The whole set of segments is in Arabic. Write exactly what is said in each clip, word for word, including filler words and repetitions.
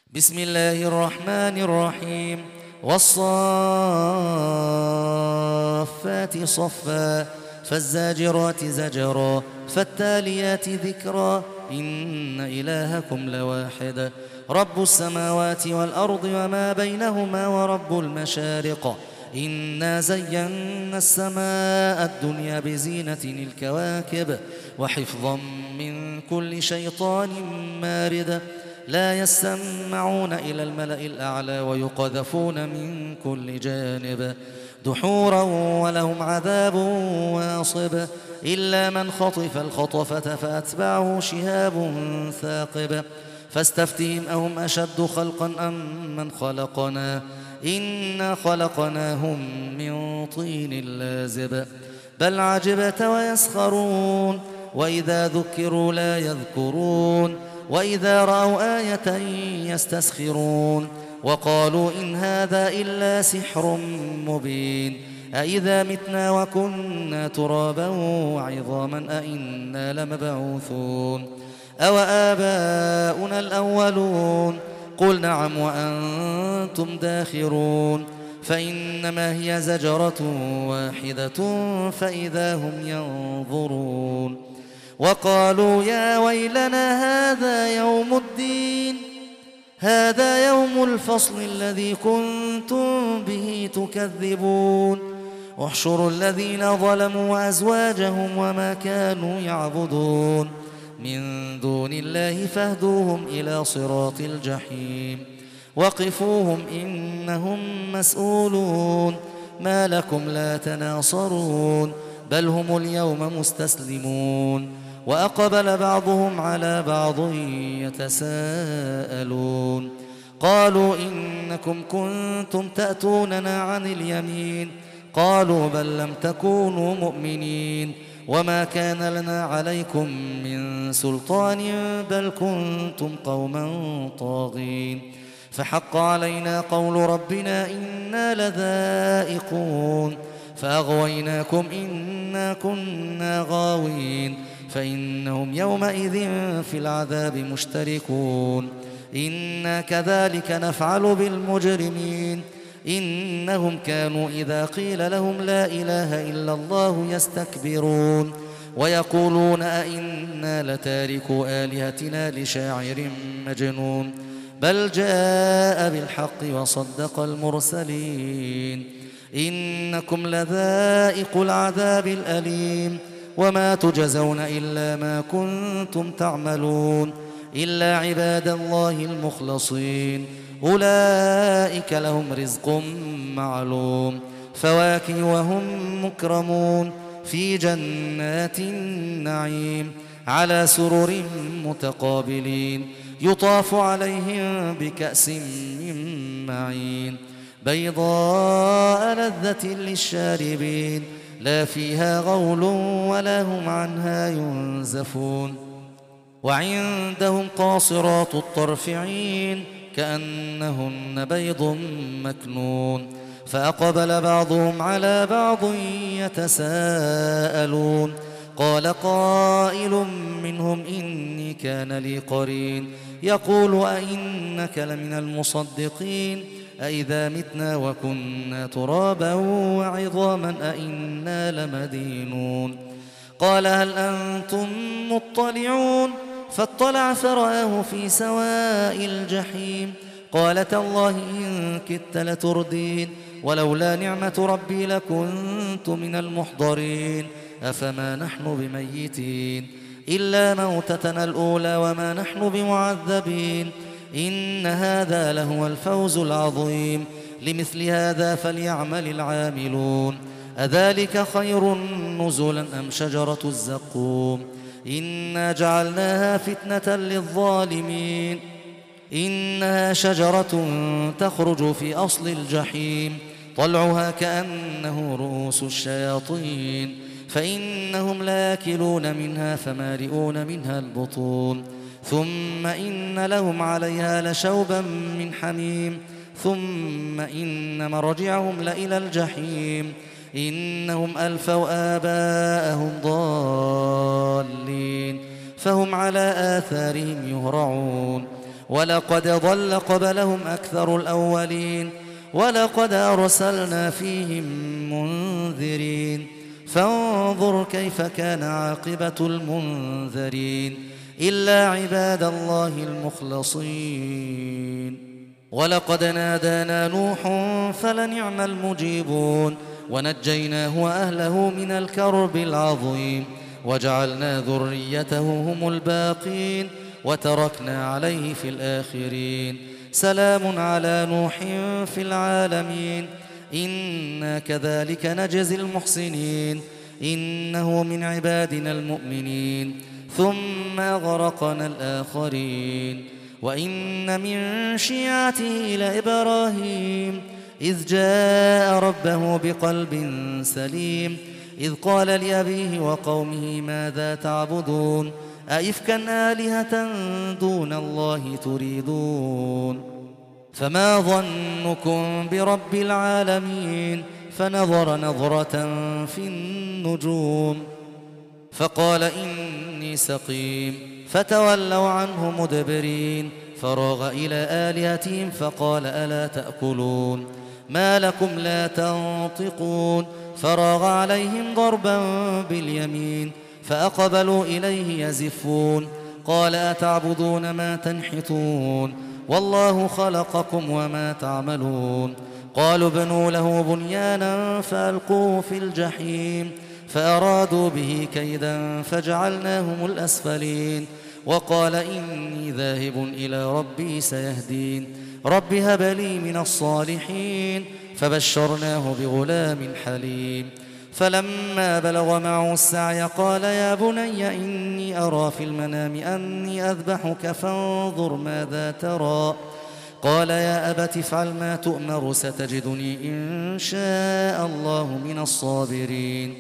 بسم الله الرحمن الرحيم والصافات صفا فالزاجرات زجرا فالتاليات ذكرا إن إلهكم لواحد رب السماوات والأرض وما بينهما ورب المشارق إنا زينا السماء الدنيا بزينة الكواكب وحفظا من كل شيطان مارد لا يسمعون إلى الملأ الأعلى ويقذفون من كل جانب دحورا ولهم عذاب واصب إلا من خطف الخطفة فأتبعه شهاب ثاقب فاستفتهم أهم أشد خلقا أم من خلقنا إنا خلقناهم من طين لازب بل عجبت ويسخرون وإذا ذكروا لا يذكرون وإذا رأوا آية يستسخرون وقالوا إن هذا إلا سحر مبين أإذا متنا وكنا ترابا وعظاما أإنا لمبعوثون أو آباؤنا الأولون قل نعم وأنتم داخرون فإنما هي زجرة واحدة فإذا هم ينظرون وقالوا يا ويلنا هذا يوم الدين هذا يوم الفصل الذي كنتم به تكذبون احشروا الذين ظلموا وأزواجهم وما كانوا يعبدون من دون الله فاهدوهم إلى صراط الجحيم وقفوهم إنهم مسؤولون ما لكم لا تناصرون بل هم اليوم مستسلمون وأقبل بعضهم على بعض يتساءلون قالوا إنكم كنتم تأتوننا عن اليمين قالوا بل لم تكونوا مؤمنين وما كان لنا عليكم من سلطان بل كنتم قوما طاغين فحق علينا قول ربنا إنا لذائقون فأغويناكم إنا كنا غاوين فإنهم يومئذ في العذاب مشتركون إنا كذلك نفعل بالمجرمين إنهم كانوا إذا قيل لهم لا إله إلا الله يستكبرون ويقولون أئنا لتاركو آلهتنا لشاعر مجنون بل جاء بالحق وصدق المرسلين إنكم لذائق العذاب الأليم وما تجزون إلا ما كنتم تعملون إلا عباد الله المخلصين أولئك لهم رزق معلوم فواكه وهم مكرمون في جنات النعيم على سرر متقابلين يطاف عليهم بكأس من معين بيضاء لذة للشاربين لا فيها غول ولا هم عنها ينزفون وعندهم قاصرات الطرف عين كأنهن بيض مكنون فأقبل بعضهم على بعض يتساءلون قال قائل منهم إني كان لي قرين يقول أئنك لمن المصدقين أئذا متنا وكنا ترابا وعظاما أئنا لمدينون قال هل أنتم مطلعون فاطلع فرآه في سواء الجحيم قال تالله إن كدت لتردين ولولا نعمة ربي لكنت من المحضرين أفما نحن بميتين إلا موتتنا الأولى وما نحن بمعذبين إن هذا لهو الفوز العظيم لمثل هذا فليعمل العاملون أذلك خير نزلا أم شجرة الزقوم إنا جعلناها فتنة للظالمين إنها شجرة تخرج في أصل الجحيم طلعها كأنه رؤوس الشياطين فإنهم لاكلون منها فمالئون منها البطون ثم إن لهم عليها لشوبا من حميم ثم إن مرجعهم لإلى الجحيم إنهم ألفوا آباءهم ضالين فهم على آثارهم يهرعون ولقد ضل قبلهم أكثر الأولين ولقد أرسلنا فيهم منذرين فانظر كيف كان عاقبة المنذرين إلا عباد الله المخلصين. ولقد نادانا نوح فلنعم المجيبون ونجيناه وأهله من الكرب العظيم وجعلنا ذريته هم الباقين وتركنا عليه في الآخرين سلام على نوح في العالمين إنا كذلك نجزي المحسنين إنه من عبادنا المؤمنين ثم أغرقنا الآخرين. وإن من شيعته لإبراهيم إذ جاء ربه بقلب سليم إذ قال لأبيه وقومه ماذا تعبدون أئفكا آلهة دون الله تريدون فما ظنكم برب العالمين فنظر نظرة في النجوم فقال إني سقيم فتولوا عنه مدبرين فراغ إلى آلهتهم فقال ألا تأكلون ما لكم لا تنطقون فراغ عليهم ضربا باليمين فأقبلوا إليه يزفون قال أتعبدون ما تنحتون والله خلقكم وما تعملون قالوا ابنوا له بنيانا فألقوه في الجحيم فأرادوا به كيدا فجعلناهم الأسفلين وقال إني ذاهب إلى ربي سيهدين رب هب لي من الصالحين فبشرناه بغلام حليم فلما بلغ معه السعي قال يا بني إني أرى في المنام أني أذبحك فانظر ماذا ترى قال يا أبت افعل ما تؤمر ستجدني إن شاء الله من الصابرين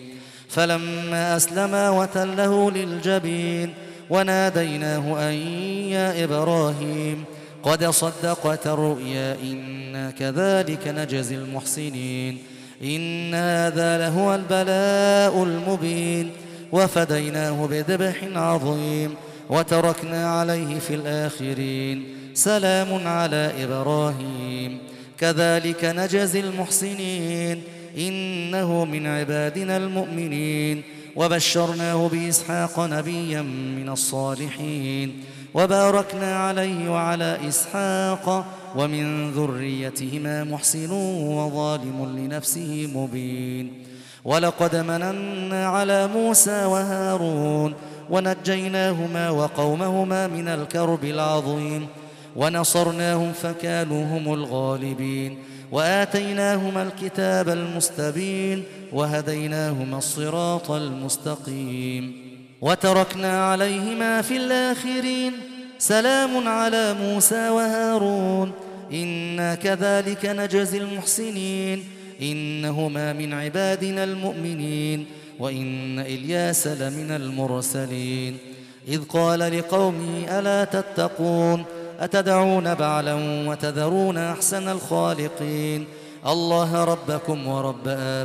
فلما أسلما وتله للجبين وناديناه أن يا إبراهيم قد صدقت الرؤيا إنا كذلك نجزي المحسنين إن هذا لهو البلاء المبين وفديناه بذبح عظيم وتركنا عليه في الآخرين سلام على إبراهيم كذلك نجزي المحسنين إنه من عبادنا المؤمنين وبشرناه بإسحاق نبيا من الصالحين وباركنا عليه وعلى إسحاق ومن ذريتهما محسن وظالم لنفسه مبين ولقد مننا على موسى وهارون ونجيناهما وقومهما من الكرب العظيم ونصرناهم فكانوا هم الغالبين وآتيناهما الكتاب المستبين وهديناهما الصراط المستقيم وتركنا عليهما في الآخرين سلام على موسى وهارون إنا كذلك نجزي المحسنين إنهما من عبادنا المؤمنين وإن إلياس لمن المرسلين إذ قال لقومه ألا تتقون أتدعون بعلا وتذرون أحسن الخالقين الله ربكم ورب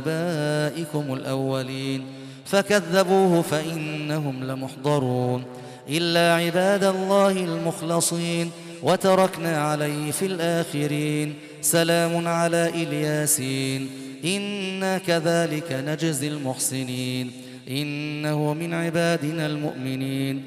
آبائكم الأولين فكذبوه فإنهم لمحضرون إلا عباد الله المخلصين وتركنا عليه في الآخرين سلام على إلياسين إنا كذلك نجزي المحسنين إنه من عبادنا المؤمنين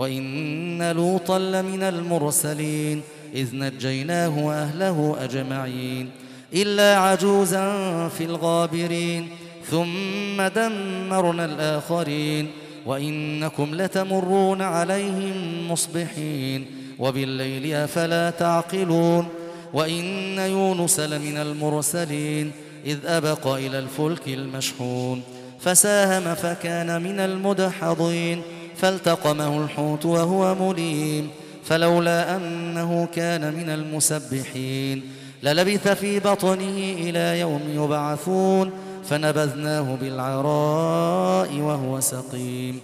وإن لوطا لمن المرسلين إذ نجيناه وأهله أجمعين إلا عجوزا في الغابرين ثم دمرنا الآخرين وإنكم لتمرون عليهم مصبحين وبالليل أفلا تعقلون وإن يونس لمن المرسلين إذ أبق إلى الفلك المشحون فساهم فكان من المدحضين فالتقمه الحوت وهو مليم فلولا أنه كان من المسبحين للبث في بطنه إلى يوم يبعثون فنبذناه بالعراء وهو سقيم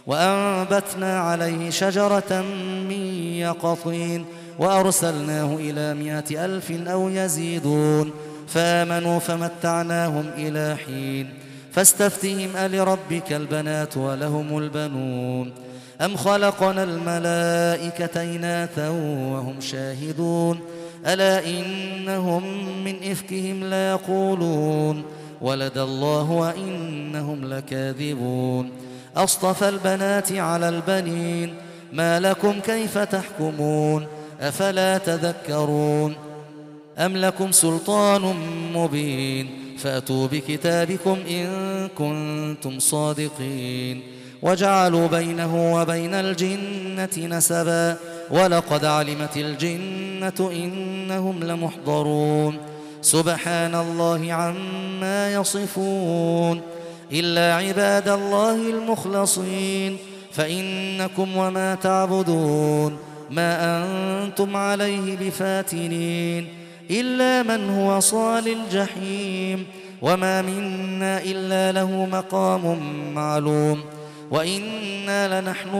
وأنبتنا عليه شجرة من يقطين وأرسلناه إلى مائة ألف أو يزيدون فآمنوا فمتعناهم إلى حين فاستفتهم ألربك البنات ولهم البنون أم خلقنا الملائكة إناثا وهم شاهدون ألا إنهم من إفكهم ليقولون ولد الله وإنهم لكاذبون أصطفى البنات على البنين ما لكم كيف تحكمون أفلا تذكرون أم لكم سلطان مبين فأتوا بكتابكم إن كنتم صادقين وجعلوا بينه وبين الجنة نسبا ولقد علمت الجنة إنهم لمحضرون سبحان الله عما يصفون إلا عباد الله المخلصين فإنكم وما تعبدون ما أنتم عليه بفاتنين إلا من هو صال الجحيم وما منا إلا له مقام معلوم وإنا لنحن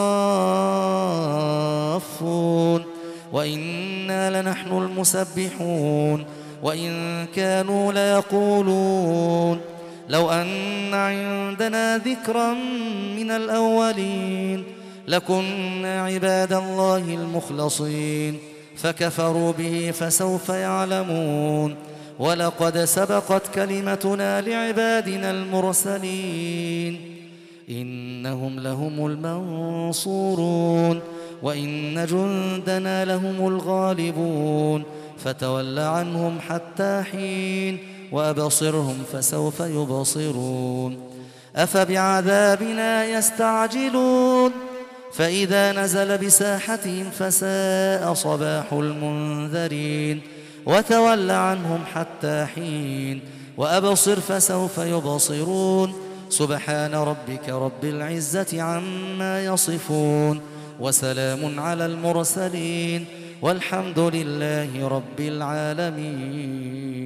الصافون وإنا لنحن المسبحون وإن كانوا ليقولون لو أن عندنا ذكرا من الأولين لكنا عباد الله المخلصين فكفروا به فسوف يعلمون ولقد سبقت كلمتنا لعبادنا المرسلين إنهم لهم المنصورون وإن جندنا لهم الغالبون فتول عنهم حتى حين وأبصرهم فسوف يبصرون أفبعذابنا يستعجلون فإذا نزل بساحتهم فساء صباح المنذرين وتول عنهم حتى حين وأبصر فسوف يبصرون سبحان ربك رب العزة عما يصفون وسلام على المرسلين والحمد لله رب العالمين.